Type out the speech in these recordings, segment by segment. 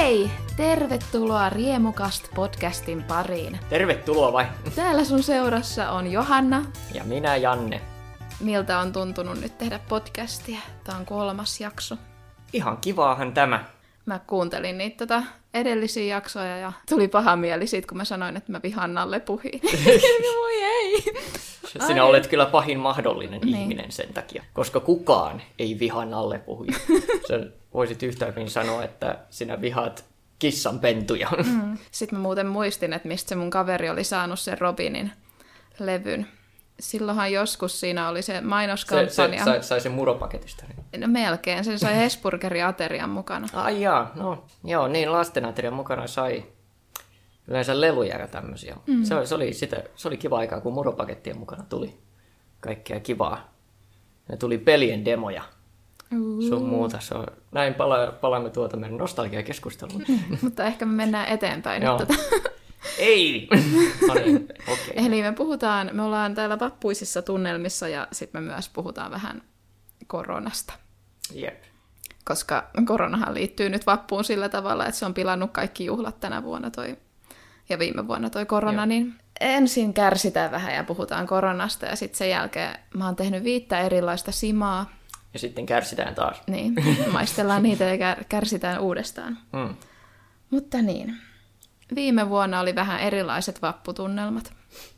Hei! Tervetuloa Riemukast-podcastin pariin. Tervetuloa vai? Täällä sun seurassa on Johanna. Ja minä Janne. Miltä on tuntunut nyt tehdä podcastia? Tää on 3. jakso. Ihan kivaahan tämä. Mä kuuntelin niitä edellisiä jaksoja ja tuli paha mieli siitä, kun mä sanoin, että mä vihaan Nalle Puhiin. Voi ei! Sinä olet kyllä pahin mahdollinen ihminen sen takia, koska kukaan ei vihaa Nalle Puhia. Sä voisit yhtä hyvin sanoa, että sinä vihaat kissanpentuja. Sitten mä muuten muistin, että mistä se mun kaveri oli saanut sen Robinin levyn. Silloinhan joskus siinä oli se mainoskampanja. Se sai sen muropaketista. No melkein, sen sai Hesburgerin aterian mukana. Ai jaa, no joo, niin lasten aterian mukana sai yleensä leluja ja tämmöisiä. Se oli kiva aikaa, kun muropakettien mukana tuli kaikkea kivaa. Ne tuli pelien demoja. Sun muuta. Näin palaamme meidän nostalgiakeskusteluun. Mutta ehkä me mennään eteenpäin. Ei! No niin, okay. Eli me ollaan täällä vappuisissa tunnelmissa ja sitten me myös puhutaan vähän koronasta. Jep. Koska koronahan liittyy nyt vappuun sillä tavalla, että se on pilannut kaikki juhlat tänä vuonna ja viime vuonna toi korona, Joo. Niin ensin kärsitään vähän ja puhutaan koronasta ja sitten sen jälkeen mä oon tehnyt 5 erilaista simaa. Ja sitten kärsitään taas. Niin, maistellaan niitä ja kärsitään uudestaan. Mutta niin, viime vuonna oli vähän erilaiset vapputunnelmat.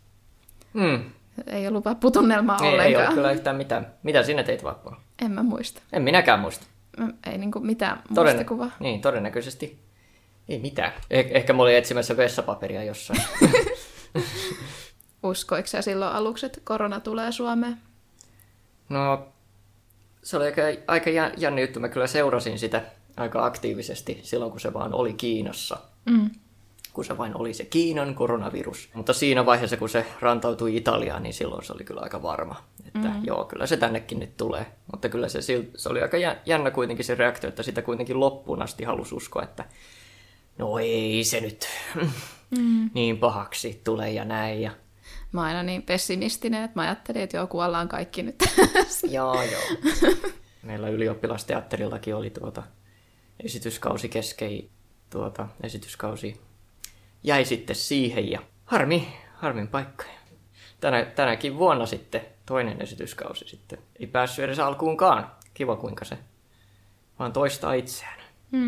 Ei ollut vapputunnelmaa ollenkaan. Ei ollut kyllä yhtään mitään. Mitä sinä teit vappuna? En mä muista. En minäkään muista. Ei niinku mitään muistikuvaa. Niin, todennäköisesti. Ei mitään. Ehkä mä olin etsimässä vessapaperia jossain. Uskoiko sä silloin aluksi, että korona tulee Suomeen? No, se oli aika jännä juttu. Mä kyllä seurasin sitä aika aktiivisesti silloin, kun se vaan oli Kiinassa. Kun se vain oli se Kiinan koronavirus. Mutta siinä vaiheessa, kun se rantautui Italiaan, niin silloin se oli kyllä aika varma. Että joo, kyllä se tännekin nyt tulee. Mutta kyllä se oli aika jännä kuitenkin se reaktio, että sitä kuitenkin loppuun asti halusi uskoa, että no ei se nyt niin pahaksi tule ja näin. Ja mä oon aina niin pessimistinen, että mä ajattelin, että joo, kuollaan kaikki nyt. Joo. Meillä ylioppilasteatterillakin oli esityskausi kesken. Esityskausi jäi sitten siihen ja harmin paikka. Tänäkin vuonna sitten toinen esityskausi sitten ei päässyt edes alkuunkaan. Kiva kuinka se vaan toistaa itseään.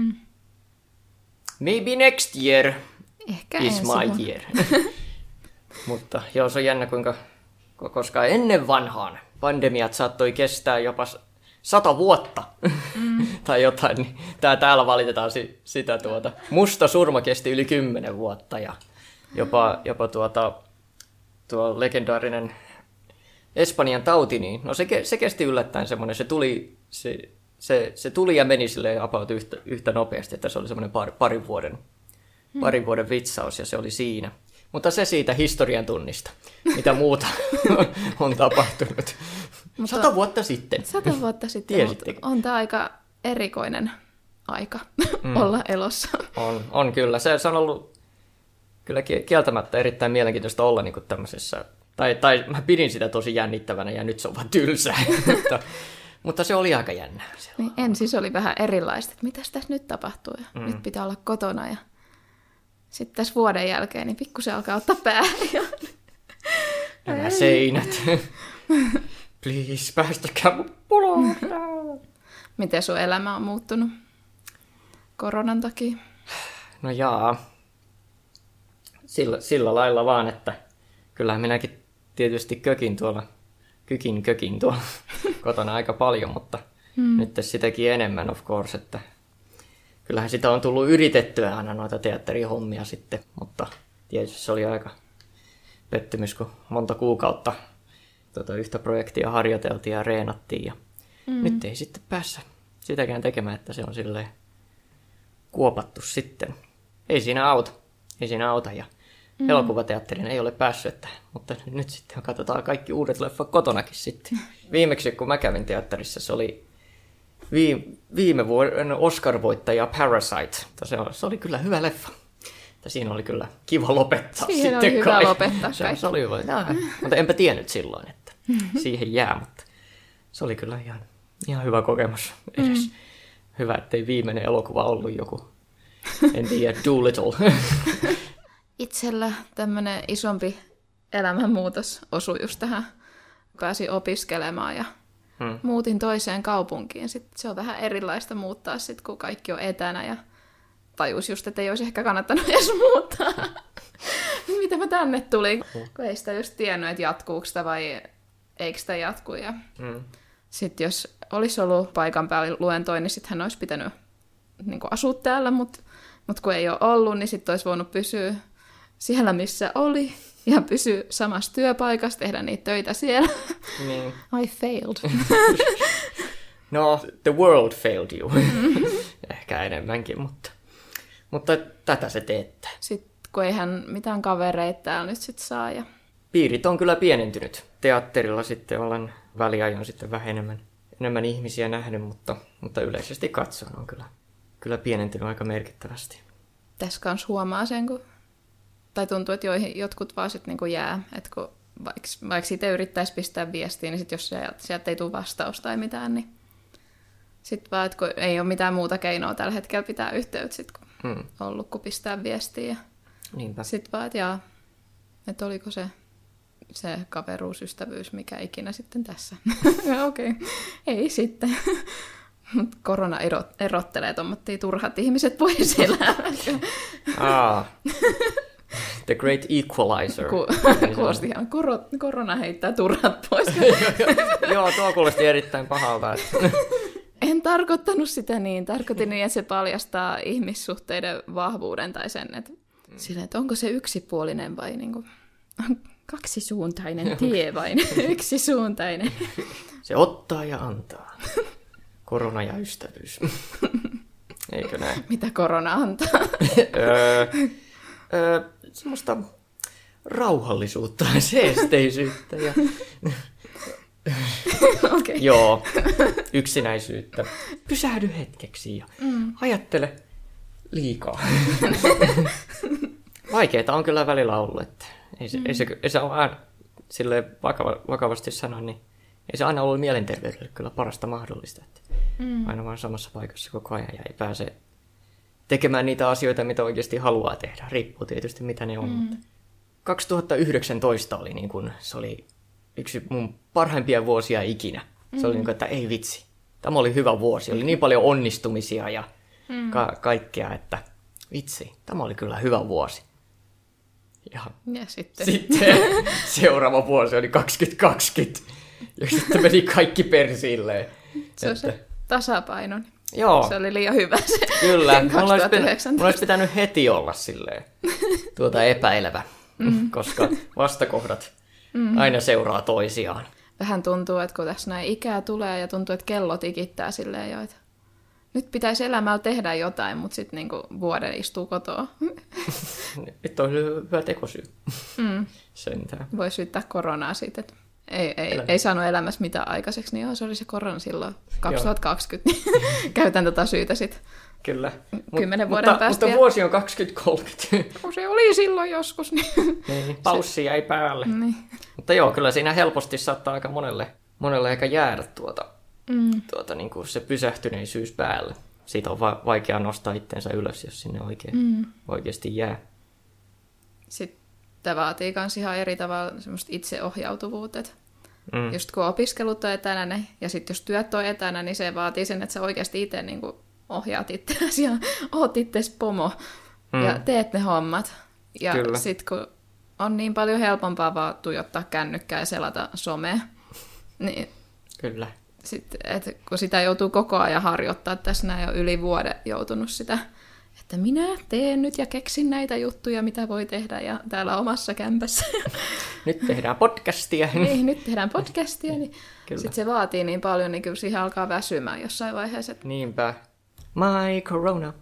Maybe next year Ehkä is my year. Mutta joo, se on jännä koska ennen vanhaan pandemiat saattoi kestää jopa 100 vuotta tai jotain, niin täällä valitetaan sitä musta surma kesti yli 10 vuotta ja jopa tuo legendaarinen Espanjan tauti, niin no se kesti yllättäen semmoinen, se tuli ja meni silleen about yhtä nopeasti, että se oli semmoinen parin vuoden vitsaus ja se oli siinä. Mutta se siitä historian tunnista, mitä muuta on tapahtunut. 100 vuotta sitten. 100 vuotta sitten, mutta on tämä aika erikoinen aika olla elossa. On kyllä. Se on ollut kyllä kieltämättä erittäin mielenkiintoista olla niin kuin tämmöisessä, tai mä pidin sitä tosi jännittävänä ja nyt se on vaan tylsää. mutta se oli aika jännä. Niin, ensin se oli vähän erilaista, että mitäs tässä nyt tapahtuu ja nyt pitää olla kotona ja sitten tässä vuoden jälkeen niin pikkusen alkaa ottaa päähän. Nämä seinät. Please, päästäkää mut puloon. Miten sun elämä on muuttunut koronan takia? No jaa, sillä lailla vaan, että kyllähän minäkin tietysti kökin tuolla kotona aika paljon, mutta nyt sitäkin enemmän of course, että kyllähän sitä on tullut yritettyä aina noita teatterihommia sitten, mutta tietysti se oli aika pettymys, kun monta kuukautta yhtä projektia harjoiteltiin ja reenattiin ja nyt ei sitten päässä sitäkään tekemään, että se on silleen kuopattu sitten. Ei siinä auta ja elokuvateatterin ei ole päässyt, mutta nyt sitten katsotaan kaikki uudet leffat kotonakin sitten. Viimeksi kun mä kävin teatterissa, se oli viime vuoden Oscar-voittaja Parasite. Se oli kyllä hyvä leffa. Siinä oli kyllä kiva lopettaa siihen sitten oli hyvä lopettaa se oli mutta enpä tiennyt silloin, että siihen jää, mutta se oli kyllä ihan hyvä kokemus edes. Hyvä, ettei viimeinen elokuva ollut joku En tiedä, Doolittle. Itsellä tämmöinen isompi elämänmuutos osui just tähän. Pääsin opiskelemaan ja muutin toiseen kaupunkiin. Sitten se on vähän erilaista muuttaa, sit, kun kaikki on etänä ja tajus just, että ei olisi ehkä kannattanut edes muuttaa. Mitä mä tänne tulin? Kun ei sitä just tiennyt, että jatkuuko sitä vai eikö sitä jatku. Ja sitten jos olisi ollut paikan päällä luentoin, niin sittenhän olisi pitänyt niin kuin asua täällä, mutta kun ei ole ollut, niin sitten olisi voinut pysyä siellä, missä oli. Ja pysyä samassa työpaikassa, tehdä niitä töitä siellä. Niin. I failed. No, the world failed you. Ehkä enemmänkin, mutta tätä se teettää. Sitten kun eihän mitään kavereita täällä nyt sit saa. Ja... Piirit on kyllä pienentynyt. Teatterilla sitten olen väliajoin sitten vähän enemmän ihmisiä nähnyt, mutta yleisesti katsoen on kyllä pienentynyt aika merkittävästi. Tässä kanssa huomaa sen, tai tuntuu, että jotkut vaan sitten niinku jää. Että kun vaikka siitä yrittäisi pistää viestiä, niin sit jos sieltä ei tule vastaus tai mitään, niin sitten vaan, että kun ei ole mitään muuta keinoa tällä hetkellä pitää yhteyttä, sit, kun on ollut, kun pistää viestiä. Sitten vaan, että oliko se kaveruus, ystävyys, mikä ikinä sitten tässä. Okei, ei sitten. Mutta korona erottelee tuommoittia turhat ihmiset pois elämästä. The Great Equalizer. Kuulosti ihan, korona heittää turhat pois. Joo, tuo kuulosti erittäin pahalta. En tarkoittanut sitä niin. Tarkoitin niin, että se paljastaa ihmissuhteiden vahvuuden tai sen, että, sillä, että onko se yksipuolinen vai niin kuin, kaksisuuntainen tie vai yksisuuntainen. Se ottaa ja antaa. Korona ja ystävyys. Eikö näin? Mitä korona antaa? Semmoista rauhallisuutta ja seesteisyyttä ja Okay. Joo, yksinäisyyttä. Pysähdy hetkeksi ja ajattele liikaa. Vaikeeta on kyllä välillä ollut, että ei se ole aina silleen vakavasti sanoa, niin ei se aina ollut mielenterveydelle kyllä parasta mahdollista. Että aina vaan samassa paikassa koko ajan ja ei pääse tekemään niitä asioita, mitä oikeasti haluaa tehdä. Riippuu tietysti, mitä ne on. Mutta 2019 oli, niin kun, se oli yksi mun parhaimpia vuosia ikinä. Se oli niin kuin, että ei vitsi. Tämä oli hyvä vuosi. Oli niin paljon onnistumisia ja kaikkea, että vitsi, tämä oli kyllä hyvä vuosi. Ja sitten seuraava vuosi oli 2020. Ja sitten meni kaikki persilleen. Se on se tasapaino. Joo. Se oli liian hyvä se. Kyllä. Mulla olisi pitänyt heti olla silleen epäilevä, koska vastakohdat aina seuraa toisiaan. Vähän tuntuu, että kun tässä näin ikää tulee ja tuntuu, että kello tikittää silleen jo, että nyt pitäisi elämällä tehdä jotain, mutta sitten niinku vuoden istuu kotoa. Nyt on hyvä tekosyy. Sentään. Voi syyttää koronaa siitä, että ei saanut elämässä mitään aikaiseksi, niin se oli se korona silloin 2020, niin käytän tätä syytä sitten. Kyllä. 10 vuoden päästä. Mutta vuosi on 2030. Se oli silloin joskus. Niin, paussi jäi päälle. Niin. Mutta joo, kyllä siinä helposti saattaa aika monelle aika jäädä niin kuin se pysähtyneisyys päälle. Siitä on vaikea nostaa itteensä ylös, jos sinne oikeasti jää. Sitten vaatii myös ihan eri tavalla semmoista itseohjautuvuutta. Just kun opiskelut on etänä ja sitten jos työt on etänä, niin se vaatii sen, että sä oikeasti itse niin kuin ohjaat itseäsi ja oot itseäsi pomo ja teet ne hommat. Ja sitten kun on niin paljon helpompaa vaan tuijottaa kännykkää ja selata somea, niin kyllä. Sitten, kun sitä joutuu koko ajan harjoittaa, tässä näin jo yli vuoden joutunut sitä, että minä teen nyt ja keksin näitä juttuja, mitä voi tehdä ja täällä omassa kämpässä. Nyt tehdään podcastia. Niin, nyt tehdään podcastia, niin sitten se vaatii niin paljon, niin kyllä siihen alkaa väsymään jossain vaiheessa. Niinpä. My corona.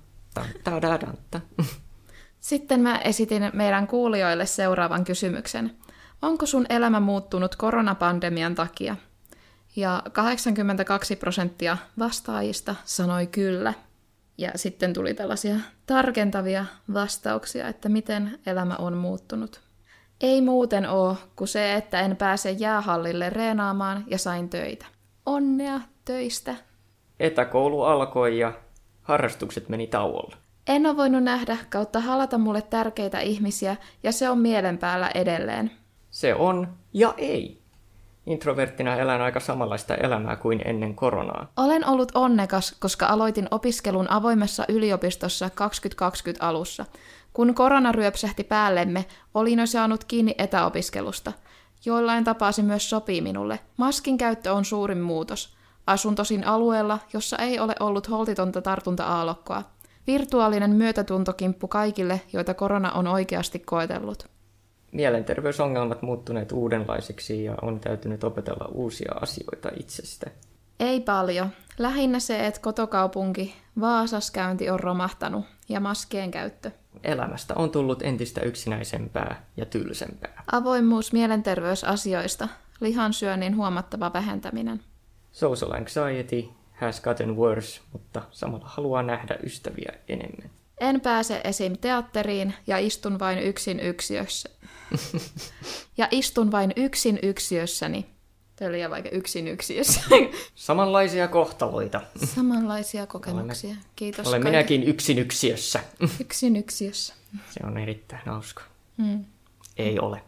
Sitten mä esitin meidän kuulijoille seuraavan kysymyksen. Onko sun elämä muuttunut koronapandemian takia? Ja 82% vastaajista sanoi kyllä. Ja sitten tuli tällaisia tarkentavia vastauksia, että miten elämä on muuttunut. Ei muuten ole kuin se, että en pääse jäähallille reenaamaan ja sain töitä. Onnea töistä! Etäkoulu alkoi ja harrastukset meni tauolle. En ole voinut nähdä kautta halata mulle tärkeitä ihmisiä, ja se on mielen päällä edelleen. Se on ja ei. Introverttina elän aika samanlaista elämää kuin ennen koronaa. Olen ollut onnekas, koska aloitin opiskelun avoimessa yliopistossa 2020 alussa. Kun korona ryöpsähti päällemme, olin jo saanut kiinni etäopiskelusta. Joillain tapaa se myös sopii minulle. Maskin käyttö on suurin muutos. Asun tosin alueella, jossa ei ole ollut holtitonta tartunta-aallokkoa. Virtuaalinen myötätuntokimppu kaikille, joita korona on oikeasti koetellut. Mielenterveysongelmat muuttuneet uudenlaisiksi ja on täytynyt opetella uusia asioita itsestä. Ei paljon. Lähinnä se, että kotokaupunki Vaasas käynti on romahtanut ja maskien käyttö. Elämästä on tullut entistä yksinäisempää ja tylsempää. Avoimuus mielenterveysasioista. Lihansyönnin huomattava vähentäminen. Social anxiety has gotten worse, mutta samalla haluaa nähdä ystäviä enemmän. En pääse esim. Teatteriin ja istun vain yksin yksiössä. Yksiössäni. Tämä oli vaikka yksin yksiössä. Samanlaisia kohtaloita. Samanlaisia kokemuksia. Kiitos. Olen minäkin yksin yksiössä. Yksin yksiössä. Se on erittäin hauska. Ei ole.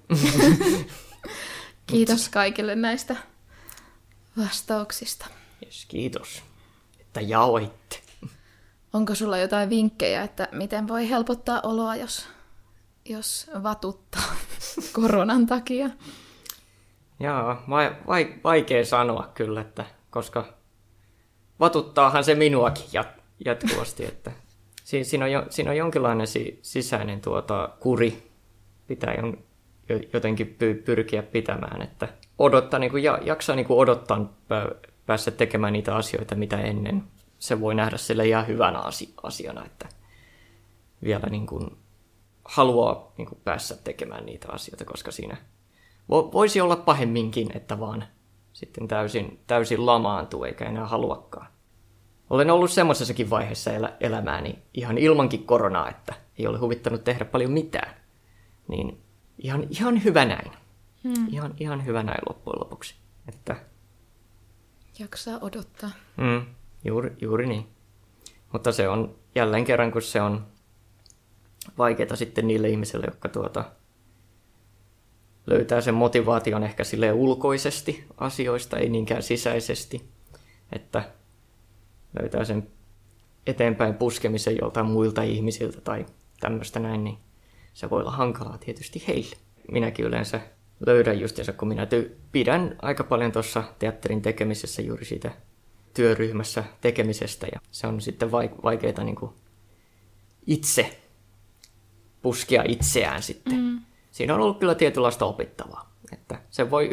Kiitos kaikille näistä vastauksista. Yes, kiitos, että jaoitte. Onko sulla jotain vinkkejä, että miten voi helpottaa oloa, jos vatuttaa koronan takia? Jaa, vaikea sanoa kyllä, että koska vatuttaahan se minuakin jatkuvasti, että siinä on jonkinlainen sisäinen kuri, pitää jotenkin pyrkiä pitämään, että odottaa, jaksaa odottaa päästä tekemään niitä asioita, mitä ennen. Se voi nähdä sille ihan hyvänä asiana, että vielä haluaa päästä tekemään niitä asioita, koska siinä voisi olla pahemminkin, että vaan sitten täysin lamaantuu eikä enää haluakaan. Olen ollut semmoisessakin vaiheessa elämääni ihan ilmankin koronaa, että ei ole huvittanut tehdä paljon mitään. Niin ihan hyvä näin. Ihan hyvä näin loppujen lopuksi. Että jaksaa odottaa. Juuri niin. Mutta se on jälleen kerran, kun se on vaikeaa sitten niille ihmisille, jotka löytää sen motivaation ehkä silleen ulkoisesti asioista, ei niinkään sisäisesti, että löytää sen eteenpäin puskemisen joltain muilta ihmisiltä tai tämmöistä näin, niin se voi olla hankalaa tietysti heille. Minäkin yleensä löydän justiinsa, kun minä pidän aika paljon tuossa teatterin tekemisessä juuri siitä työryhmässä tekemisestä, ja se on sitten vaikeaa itse puskia itseään sitten. Siinä on ollut kyllä tietynlaista opittavaa, että se voi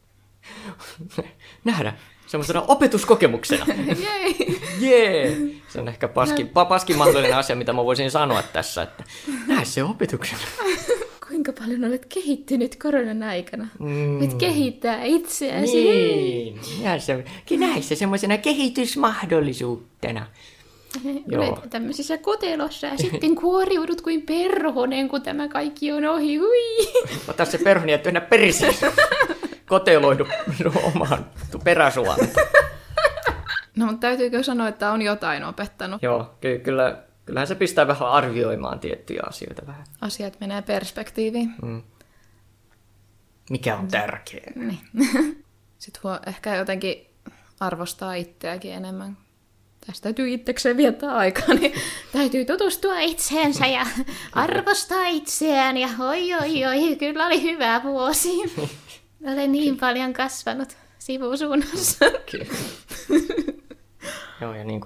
nähdä semmoisena opetuskokemuksena. Jee! Se on ehkä paskin mahdollinen asia, mitä mä voisin sanoa tässä, että näe se opetuksena. Kuinka paljon olet kehittynyt koronan aikana? Voit kehittää itseäsi. Niin, näe se semmoisena kehitysmahdollisuutena. Olet tämmöisessä kotelossa ja sitten kuoriudut kuin perhonen, kun tämä kaikki on ohi. Hui. Ota se perhoni ja työnnä perisiin. Koteloidu omaan peräsuolaan. No, mutta täytyykö sanoa, että on jotain opettanut? Joo, kyllähän se pistää vähän arvioimaan tiettyjä asioita vähän. Asiat menee perspektiiviin. Mikä on tärkeää. Niin. Sitten ehkä jotenkin arvostaa itseäkin enemmän. Tästä täytyy itsekseen viettää aikaa, niin täytyy tutustua itseensä ja arvostaa itseään. Ja oi, kyllä oli hyvä vuosi. Olen niin paljon kasvanut sivusuunnassa. Kyllä. Joo, ja niin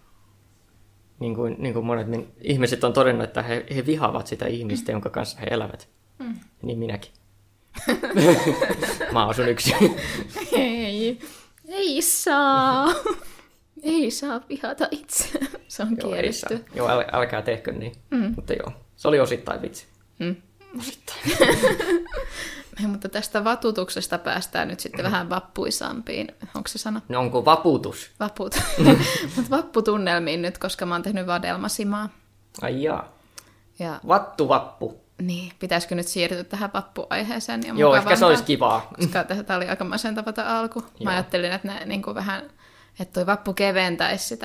kuin monet ihmiset on todennut, että he vihaavat sitä ihmistä, jonka kanssa he elävät. Niin minäkin. Mä asun yksin. Ei saa. Ei saa vihata itseään. Se on kielletty. Joo, älkää tehkö niin. Mutta joo, se oli osittain vitsi. Osittain. Mutta tästä vatutuksesta päästään nyt sitten vähän vappuisampiin. Onko se sana? No onko vaputus? Mutta vapputunnelmiin nyt, koska mä oon tehnyt vadelmasimaa. Ai jaa. Ja vappu. Niin, pitäisikö nyt siirtyä tähän vappuaiheeseen? Joo, ehkä se olisi kivaa. Koska tämä oli aika masentava tämä alku. Mä ajattelin, että ne niin kuin vähän että toi vappu keventäisi sitä.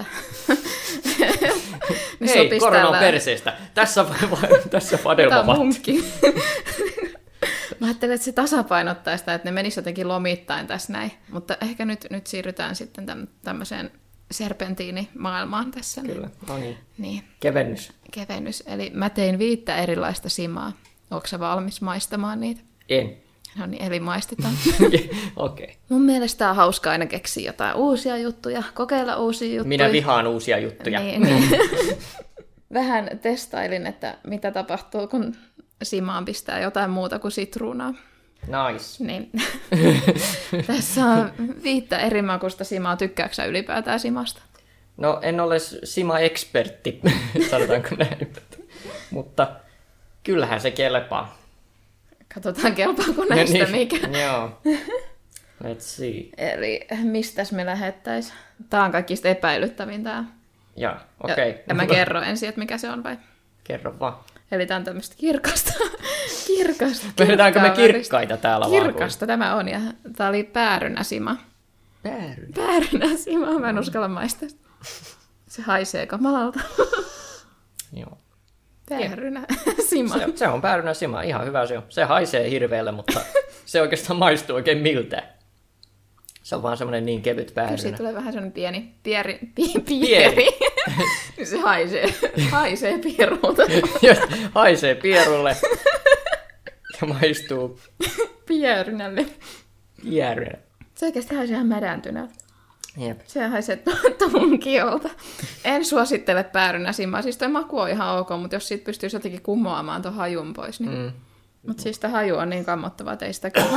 Hei, korona on perseestä. Tässä vadelmavatti. Mä ajattelin, että se tasapainottaa sitä, että ne menisivät jotenkin lomittain tässä näin. Mutta ehkä nyt siirrytään sitten tämmöiseen serpentiinimaailmaan tässä. Kyllä, no niin. Kevennys. Eli mä tein 5 erilaista simaa. Ootko sä valmis maistamaan niitä? En. No niin, eli maistetaan. Okei. Mun mielestä on hauska aina keksiä jotain uusia juttuja, kokeilla uusia juttuja. Minä vihaan uusia juttuja. Niin. Vähän testailin, että mitä tapahtuu, kun simaan pistää jotain muuta kuin sitruunaa. Nice. Niin. Tässä on 5 eri makusta simaa. Tykkääksä sä ylipäätään simasta? No, en ole sima-ekspertti, sanotaanko näin. Mutta kyllähän se kelpaa. Katsotaan, kelpaako näistä mikä. Joo. Let's see. Eli mistäs me lähettäis? Tää on kaikista epäilyttävin tää. Joo, okei. Ja mä kerron ensin, että mikä se on vai? Kerro vaan. Eli tää on tämmöistä kirkasta. Vedetäänkö me kirkkaita täällä vaan? Kirkasta tämä on, ja tää oli päärynäsima. Päärynäsima, mä en uskalla maistaa. Se haisee kamalalta. Joo. Päärynäsima. Se on päärynäsima, ihan hyvä se on. Se haisee hirveälle, mutta se oikeastaan maistuu oikein miltään. Se on vaan semmoinen niin kevyt päärynä. Siitä tulee vähän semmoinen pieni pieri. Se haisee pierulta. Haisee pierulle ja maistuu Pierynälle. Se oikeasti haisee ihan mädäntynältä. Jep. Se haisee tunkiolta. En suosittele päärynäsimaa. Siis toi maku on ihan ok, mutta jos siitä pystyisi jotenkin kumoamaan tuon hajun pois, niin... Mutta siis tämä haju on niin kammottava, että ei sitäkään.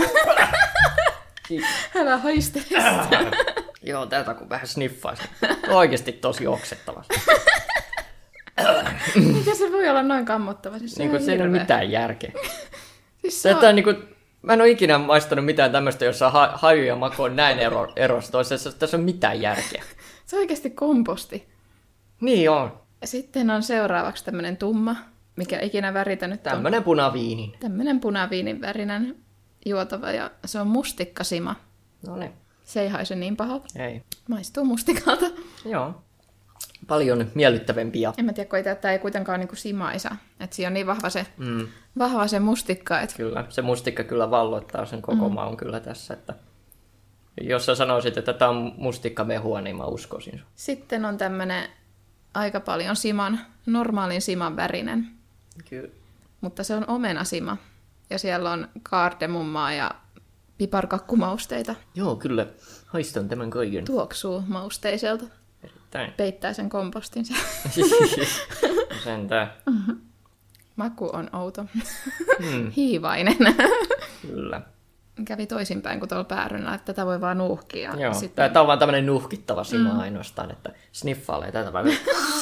Älä haiste sitä. Joo, tätä kun vähän sniffaisi. Oikeasti tosi oksettavasti. Mikä se voi olla noin kammottava? Siis niin kuin se ei ole mitään järkeä. Siis mä en ole ikinä maistanut mitään tämmöistä, jossa haju ja maku on näin erossa toisessa. Tässä on mitään järkeä. Se on oikeasti komposti. Niin on. Sitten on seuraavaksi tämmöinen tumma, mikä ikinä väritä nyt on. Tämmöinen punaviinin. Tämmöinen punaviinin värinen juotava, ja se on mustikkasima. No niin. Se ei haise niin pahalta. Ei. Maistuu mustikalta. Joo. Paljon miellyttävämpiä. En mä tiedä, kun tämä ei kuitenkaan niinku simaisa. Että siinä on niin vahva se mustikka. Että... Kyllä, se mustikka kyllä valloittaa sen koko maun kyllä tässä. Että jos sä sanoisit, että tämä on mustikkamehua, niin mä uskoisin. Sitten on tämmöinen aika paljon normaalin siman värinen. Kyllä. Mutta se on omenasima. Ja siellä on kaardemummaa ja piparkakkumausteita. Joo, kyllä. Haistan tämän kaiken. Tuoksuu mausteiselta. Erittäin. Peittää sen kompostin. Sentään. Maku on outo. Hiivainen. Kyllä. Kävi toisinpäin kuin tuolla päärynä, että tätä voi vaan nuuhkia. Joo, sitten... tämä on vaan tämmöinen nuhkittava sima ainoastaan, että sniffailee tätä päivää.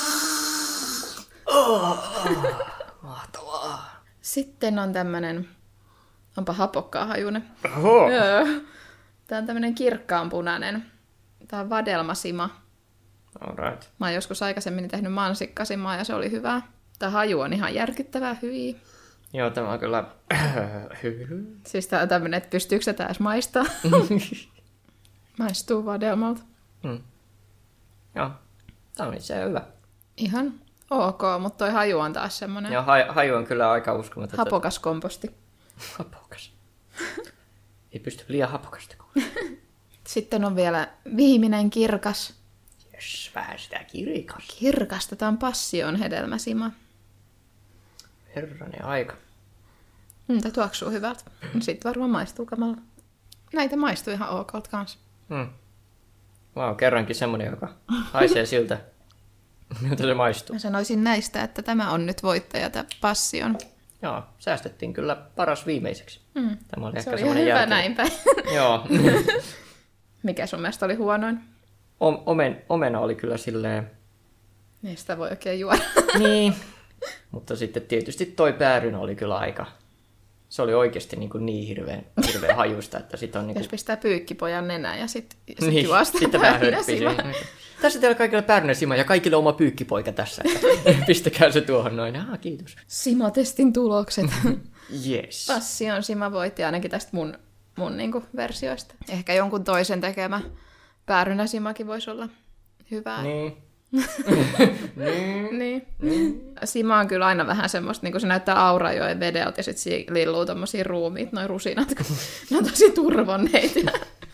Mahtavaa. Sitten on tämmöinen, onpa hapokkaa hajunen. Tämä on tämmöinen kirkkaanpunainen. Tämä on vadelmasima. Alright. Mä oon joskus aikaisemmin tehnyt mansikkasimaa ja se oli hyvää. Tämä haju on ihan järkyttävää hyviä. Joo, tämä on kyllä... Siis tämä on tämmöinen, että pystyykö sitä edes maistaa? Maistuu vadelmalta. Joo, tämä on itse hyvä. Ihan ok, mutta toi haju on taas semmoinen... Joo, haju on kyllä aika uskomaton. Hapokas komposti. Hapokas. Ei pysty liian hapokasta. Sitten on vielä viimeinen kirkas. Jes, vähän sitä kirkasta. Kirkasta, tämä on passion hedelmäsima. Herranen aika. Tämä tuoksuu hyvältä. Sitten varmaan maistuu kamalla. Näitä maistuu ihan okolta kanssa. Wow, kerrankin semmoinen, joka haisee siltä, miltä se maistuu. Mä sanoisin näistä, että tämä on nyt voittaja, tämä passion. Joo, säästettiin kyllä paras viimeiseksi. Tämä oli se ehkä oli ihan hyvä näin päin. Joo. Mikä sun mielestä oli huonoin? Omena oli kyllä silleen... Niin sitä voi oikein juoda. Niin. Mutta sitten tietysti toi päärynä oli kyllä aika... Se oli oikeasti niin hirveän hajusta, että sit on niinku... Jos pistää pyykkipojan nenään ja sit niin, juo sitä päärynäsimaa. Tässä teillä kaikilla päärynäsima ja kaikille oma pyykkipoika tässä. Pistäkää se tuohon noin. Kiitos. Simatestin tulokset. Yes. Passion sima voitti ainakin tästä mun niinku versioista. Ehkä jonkun toisen tekemä Päärynäsimakin voisi olla hyvää. Niin. Niin. Sima on kyllä aina vähän semmoista, niin kuin se näyttää Aurajoen vedeltä ja sitten siinä lilluu tommosia ruumiit, noi rusinat, kun ne on tosi turvonneita.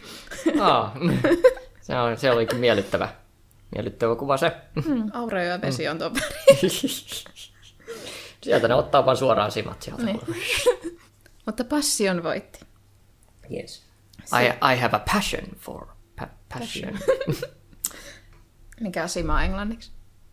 Se olikin miellyttävä kuva se. Aurajoen vesi on tuon väri. Sieltä ne ottaa vaan suoraan simat sieltä. Niin. Mutta passion voitti. Yes. I have a passion for passion. Mikä on sima englanniksi?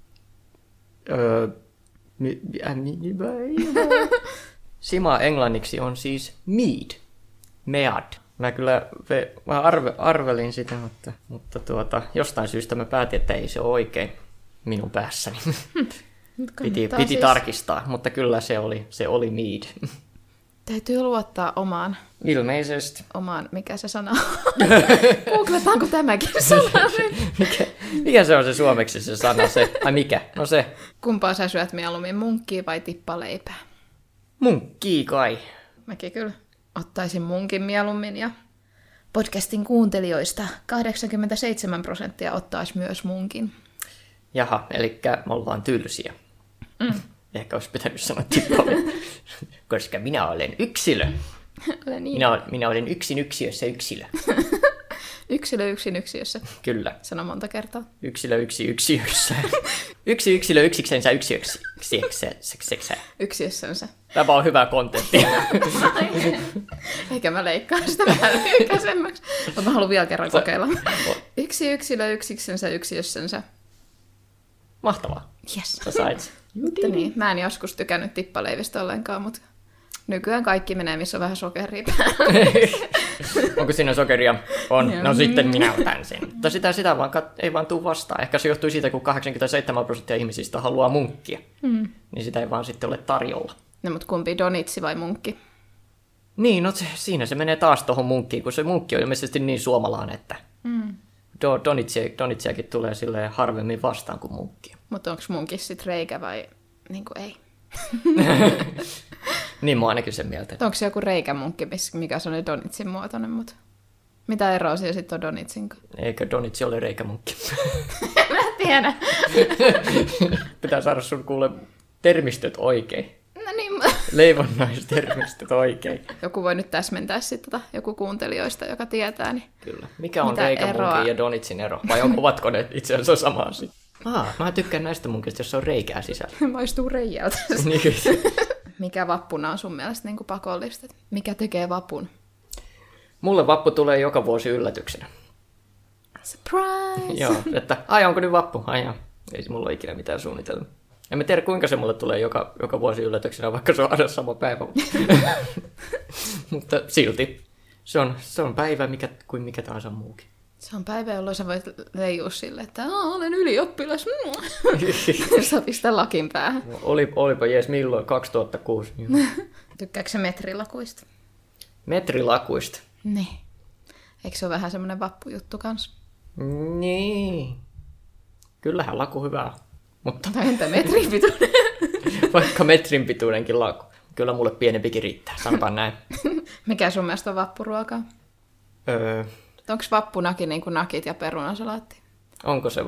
Sima englanniksi on siis mead. Mä kyllä arvelin sitä, mutta jostain syystä mä päätin, että ei se ole oikein minun päässäni. Piti tarkistaa, mutta kyllä se oli mead. Täytyy luottaa omaan. Ilmeisesti. Omaan, mikä se sana on? Googletaanko tämäkin sana? Mikä se on se suomeksi se sana? Mikä? No se. Kumpaa sä syöt mieluummin, munkkia vai tippaleipää? Munkkii kai. Mäkin kyllä ottaisin munkin mieluummin ja podcastin kuuntelijoista 87% ottaisi myös munkin. Jaha, eli me ollaan tylsiä. Ehkä olisi pitänyt sanoa tippaleipää, koska minä olen yksilö. Minä olen yksin yksiössä yksilö. Yksilö yksin yksiössä. Kyllä. Sano monta kertaa. Yksilö yksiössä. Yksi yksilö yksiksensä yksiöksensä. Yksiössänsä. Tämä on hyvä kontentti. Eikä mä leikkaan sitä vähän lyhykäisemmäksi. Mutta mä haluan vielä kerran kokeilla. Yksi yksilö yksiksensä yksiössänsä. Mahtavaa. Yes. Sä sait. Mutta niin, mä en joskus tykännyt tippaleivistä ollenkaan, mutta nykyään kaikki menee, missä on vähän sokeria päällä. Onko siinä sokeria? On. No sitten minä otan sen. Mutta sitä vaan ei vaan tule vastaan. Ehkä se johtuu siitä, kun 87% ihmisistä haluaa munkkia. Niin sitä ei vaan sitten ole tarjolla. No, mutta kumpi, donitsi vai munkki? Niin, no siinä se menee taas tuohon munkkiin, kun se munkki on ilmeisesti niin suomalainen, että donitsiakin tulee silleen harvemmin vastaan kuin munkki. Mutta onko munkissa sitten reikä vai niin kuin ei? Niin mä oon ainakin sen mieltä. Onko se joku reikämunkki, mikä on se donitsin muotoinen, mutta mitä eroa siellä sitten on donitsin kanssa? Eikö donitsi ole reikämunkki? Mä tiedän. Pitää saada sun kuule termistöt oikein. No niin. Leivonnaistermistöt oikein. Joku voi nyt täsmentää sitten joku kuuntelijoista, joka tietää. Niin kyllä. Mikä on reikämunkin ja donitsin ero? Vai ovatko ne itse asiassa sama asia? Mä tykkään näistä munkista, jos se on reikää sisällä. Maistuu reijältä. Mikä vappuna on sun mielestä niin kuin pakollista? Mikä tekee vapun? Mulle vappu tulee joka vuosi yllätyksenä. Surprise! Joo, että onko nyt vappu? Ei mulla ole ikinä mitään suunnitelmaa. En mä tiedä, kuinka se mulle tulee joka vuosi yllätyksenä, vaikka se on aina sama päivä. Mutta silti. Se on päivä kuin mikä tahansa muukin. Se on päivä, jolloin sä voit leijua sille, että olen ylioppilas. Sä pistää lakin päähän. Olipa jees milloin, 2006. Tykkääkö sä metrilakuista? Metrilakuista? Niin. Eikö se ole vähän semmoinen vappujuttu kanssa? Niin. Kyllähän laku hyvää. Mutta entä metrin pituinen? Vaikka metrin pituinenkin laku. Kyllä mulle pienempikin riittää, sanotaan näin. Mikä sun mielestä on vappuruokaa? Onko vappunaki niin kuin nakit ja perunasalaatti? Onko se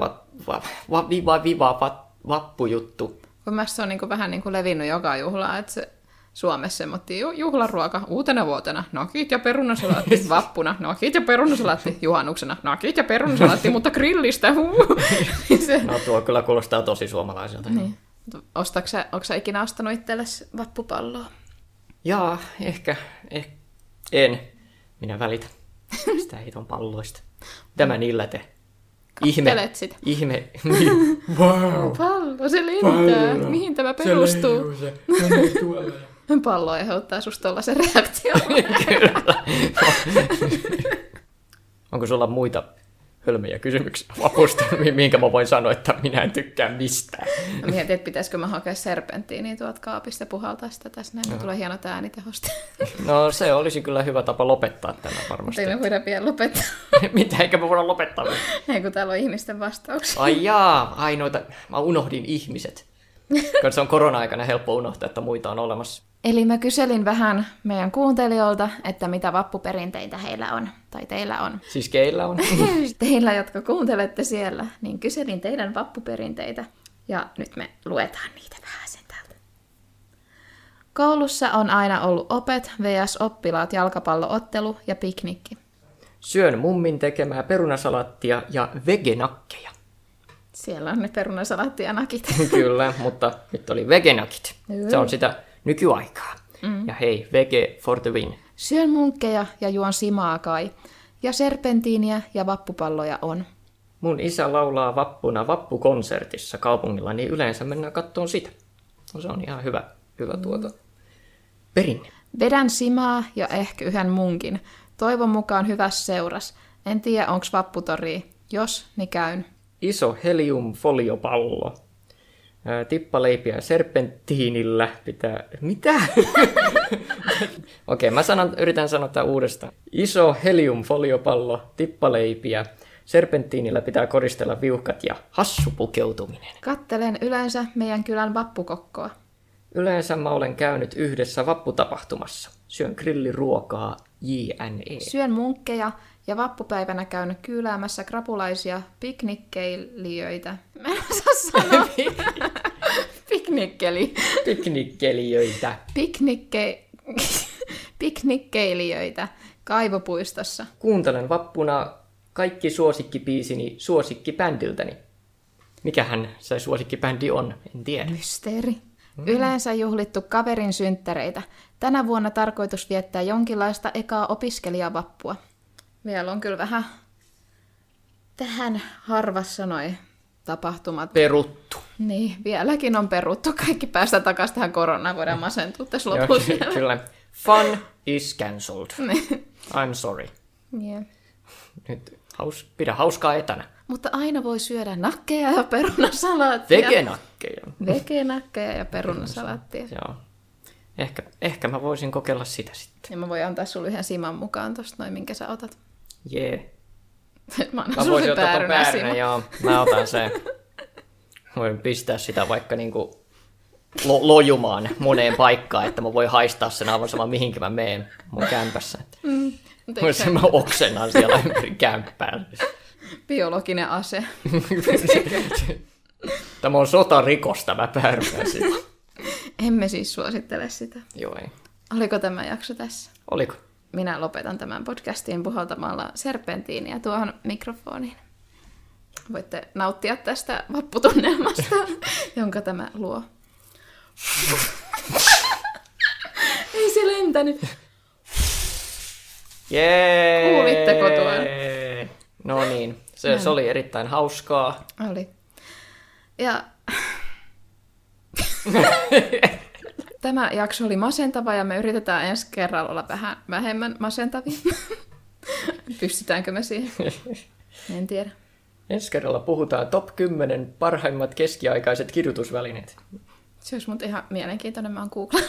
vappujuttu? Kun mielestäni se on niin kuin vähän niin kuin levinnyt joka juhlaan, että se Suomessa semmoittiin juhlaruoka uutena vuotena, nakit ja perunasalaatti, vappuna, nakit ja perunasalaatti, juhannuksena, nakit ja perunasalaatti, mutta grillistä. No tuo kyllä kuulostaa tosi suomalaiselta. Niin. Onko sä ikinä ostanut itsellesi vappupalloa? Jaa, ehkä. En. Minä välitän sitä hiton palloista. Mitä niillä te? Kattelet sitä. Ihme. Wow. Pallo, se lentää. Wow. Mihin tämä perustuu? Se Pallo aiheuttaa susta tollaisen reaktion. Kyllä. Onko sulla muita hölmöjä kysymyksiä vapusta, minkä mä voin sanoa, että minä en tykkää mistään? No mietin, että pitäisikö mä hakea serpenttiiniä tuolta kaapista ja puhaltaa sitä tässä näin, tulee hienot äänitehosta. No se olisi kyllä hyvä tapa lopettaa tämä varmasti. Ei me voida vielä lopettaa. Mitä, eikä me voida lopettaa? Ei, kun täällä on ihmisten vastauksia. Ai jaa, noita, mä unohdin ihmiset. Koska se on korona-aikana helppo unohtaa, että muita on olemassa. Eli mä kyselin vähän meidän kuuntelijoilta, että mitä vappuperinteitä heillä on, tai teillä on. Siis keillä on? Teillä, jotka kuuntelette siellä, niin kyselin teidän vappuperinteitä, ja nyt me luetaan niitä vähän sen täältä. Koulussa on aina ollut opet vs. oppilaat jalkapalloottelu ja piknikki. Syön mummin tekemää perunasalattia ja vegenakkeja. Siellä on ne perunasalaatti ja nakit. Kyllä, mutta nyt oli vegenakit. Se on sitä nykyaikaa. Ja hei, vege for the win. Syön munkkeja ja juon simaa kai. Ja serpentiiniä ja vappupalloja on. Mun isä laulaa vappuna vappukonsertissa kaupungilla, niin yleensä mennään kattoon sitä. No, se on ihan hyvä perinne. Vedän simaa ja ehkä yhden munkin. Toivon mukaan hyvässä seuras. En tiedä, onks vapputori. Jos, niin käyn. Iso heliumfoliopallo. Tippaleipiä serpenttiinillä pitää... Mitä? Okei, yritän sanoa tämän uudestaan. Iso heliumfoliopallo, tippaleipiä. Serpenttiinillä pitää koristella viuhkat ja hassupukeutuminen. Kattelen yleensä meidän kylän vappukokkoa. Yleensä mä olen käynyt yhdessä vapputapahtumassa. Syön grilliruokaa, JNE. Syön munkkeja ja vappupäivänä käyn kyyläämässä krapulaisia piknikkeilijöitä. Mä en osaa sanoa. Piknikkelijöitä. Piknikkeilijöitä kaivopuistossa. Kuuntelen vappuna kaikki suosikkibiisini suosikkibändiltäni. Mikähän se suosikkibändi on, en tiedä. Mysteeri. Yleensä juhlittu kaverin synttäreitä. Tänä vuonna tarkoitus viettää jonkinlaista ekaa opiskelijavappua. Vielä on kyllä vähän harvassa noi tapahtumat. Peruttu. Niin, vieläkin on peruttu. Kaikki päästä takaisin tähän koronaan. Voidaan masentua tässä lopussa. Kyllä. Fun is cancelled. I'm sorry. Yeah. Nyt pidä hauskaa etänä. Mutta aina voi syödä nakkeja ja perunasalaattia. Vegenakkeja ja perunasalaattia. Joo. Ehkä mä voisin kokeilla sitä sitten. Ja mä voin antaa sulle yhden siman mukaan tosta noin, minkä sä otat. Jee. Mä voisin ottaa ton päärynä, joo. Mä otan sen. Voin pistää sitä vaikka niinku lojumaan moneen paikkaan, että mä voin haistaa sen aivan sama mihinkä mä meen mun kämpässä. Mä oksennan siellä ympäri kämppää. Biologinen ase. Tämä on sotarikos, tämä päärynä sitä. Emme siis suosittele sitä. Joo, ei. Oliko tämä jakso tässä? Oliko? Minä lopetan tämän podcastin puhaltamalla serpentiiniä tuohon mikrofoniin. Voitte nauttia tästä vapputunnelmasta, jonka tämä luo. Ei se lentänyt. Jee! Kuulitteko tuon? No niin, se oli erittäin hauskaa. Oli. Ja tämä jakso oli masentava ja me yritetään ensi kerralla olla vähän vähemmän masentavia. Pystytäänkö me siihen? En tiedä. Ensi kerralla puhutaan top 10 parhaimmat keskiaikaiset kidutusvälineet. Se olisi mut ihan mielenkiintoinen, mä oon googlannut.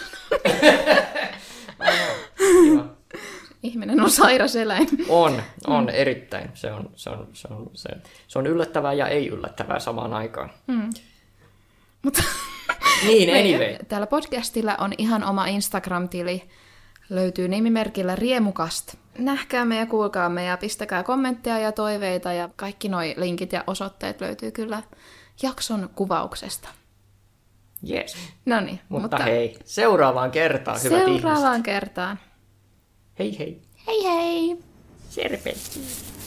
Ihminen on sairas eläin. On erittäin. Se on yllättävää ja ei yllättävää samaan aikaan. Mutta niin, anyway. Täällä podcastilla on ihan oma Instagram-tili. Löytyy nimimerkillä Riemukast. Nähkäämme ja kuulkaamme ja pistäkää kommentteja ja toiveita ja kaikki noi linkit ja osoitteet löytyy kyllä jakson kuvauksesta. Yes. Noniin. Mutta hei, seuraavaan kertaan, hyvät ihmiset. Seuraavaan kertaan. Hei hei. Hei hei. Serpentti.